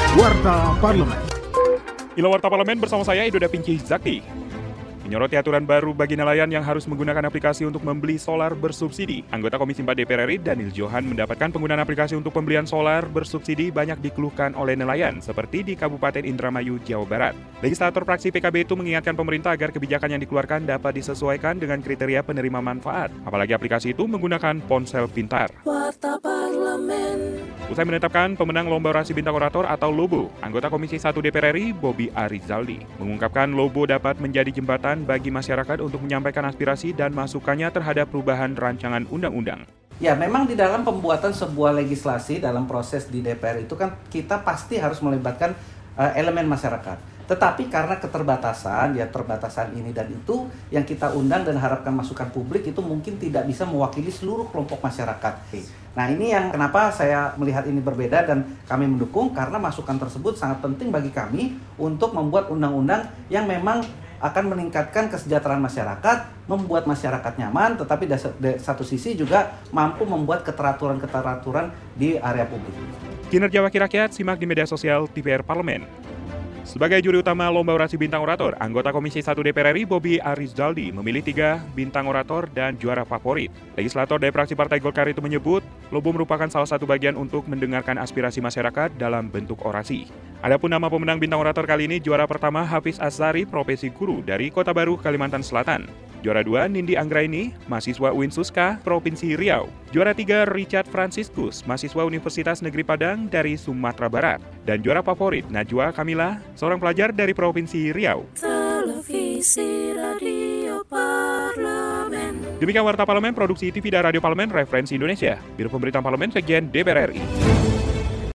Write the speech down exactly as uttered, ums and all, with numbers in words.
Warta Parlemen. Inilah Warta Parlemen bersama saya, Edo Dapinci Zakti. Menyoroti aturan baru bagi nelayan yang harus menggunakan aplikasi untuk membeli solar bersubsidi, anggota Komisi empat D P R R I Daniel Johan mendapatkan penggunaan aplikasi untuk pembelian solar bersubsidi banyak dikeluhkan oleh nelayan, seperti di Kabupaten Indramayu, Jawa Barat. Legislator fraksi P K B itu mengingatkan pemerintah agar kebijakan yang dikeluarkan dapat disesuaikan dengan kriteria penerima manfaat, apalagi aplikasi itu menggunakan ponsel pintar. Warta Parlemen. Usai menetapkan pemenang Lomba Orasi Bintang Orator atau LOBO, anggota Komisi satu D P R R I Bobi Arizaldi mengungkapkan LOBO dapat menjadi jembatan bagi masyarakat untuk menyampaikan aspirasi dan masukannya terhadap perubahan rancangan undang-undang. Ya, memang di dalam pembuatan sebuah legislasi dalam proses di D P R itu kan kita pasti harus melibatkan uh, elemen masyarakat. Tetapi karena keterbatasan, ya terbatasan ini dan itu yang kita undang dan harapkan masukan publik itu mungkin tidak bisa mewakili seluruh kelompok masyarakat. Nah, ini yang kenapa saya melihat ini berbeda dan kami mendukung karena masukan tersebut sangat penting bagi kami untuk membuat undang-undang yang memang akan meningkatkan kesejahteraan masyarakat, membuat masyarakat nyaman, tetapi di satu sisi juga mampu membuat keteraturan-keteraturan di area publik. Kinerja Wakil Rakyat simak di media sosial T V R Parlemen. Sebagai juri utama Lomba Orasi Bintang Orator, anggota Komisi satu D P R R I Bobi Arizaldi memilih tiga bintang orator dan juara favorit. Legislator dari fraksi Partai Golkar itu menyebut, LOBO merupakan salah satu bagian untuk mendengarkan aspirasi masyarakat dalam bentuk orasi. Adapun nama pemenang bintang orator kali ini, juara pertama Hafiz Azhari, profesi guru dari Kota Baru, Kalimantan Selatan. Juara dua, Nindi Anggraini, mahasiswa U I N Suska, Provinsi Riau. Juara tiga, Richard Franciscus, mahasiswa Universitas Negeri Padang dari Sumatera Barat. Dan juara favorit, Najwa Kamila, seorang pelajar dari Provinsi Riau. Televisi Radio Parlemen. Demikian Warta Parlemen, produksi T V dan Radio Parlemen, Referensi Indonesia. Biro Pemberitaan Parlemen, Sekjen D P R R I.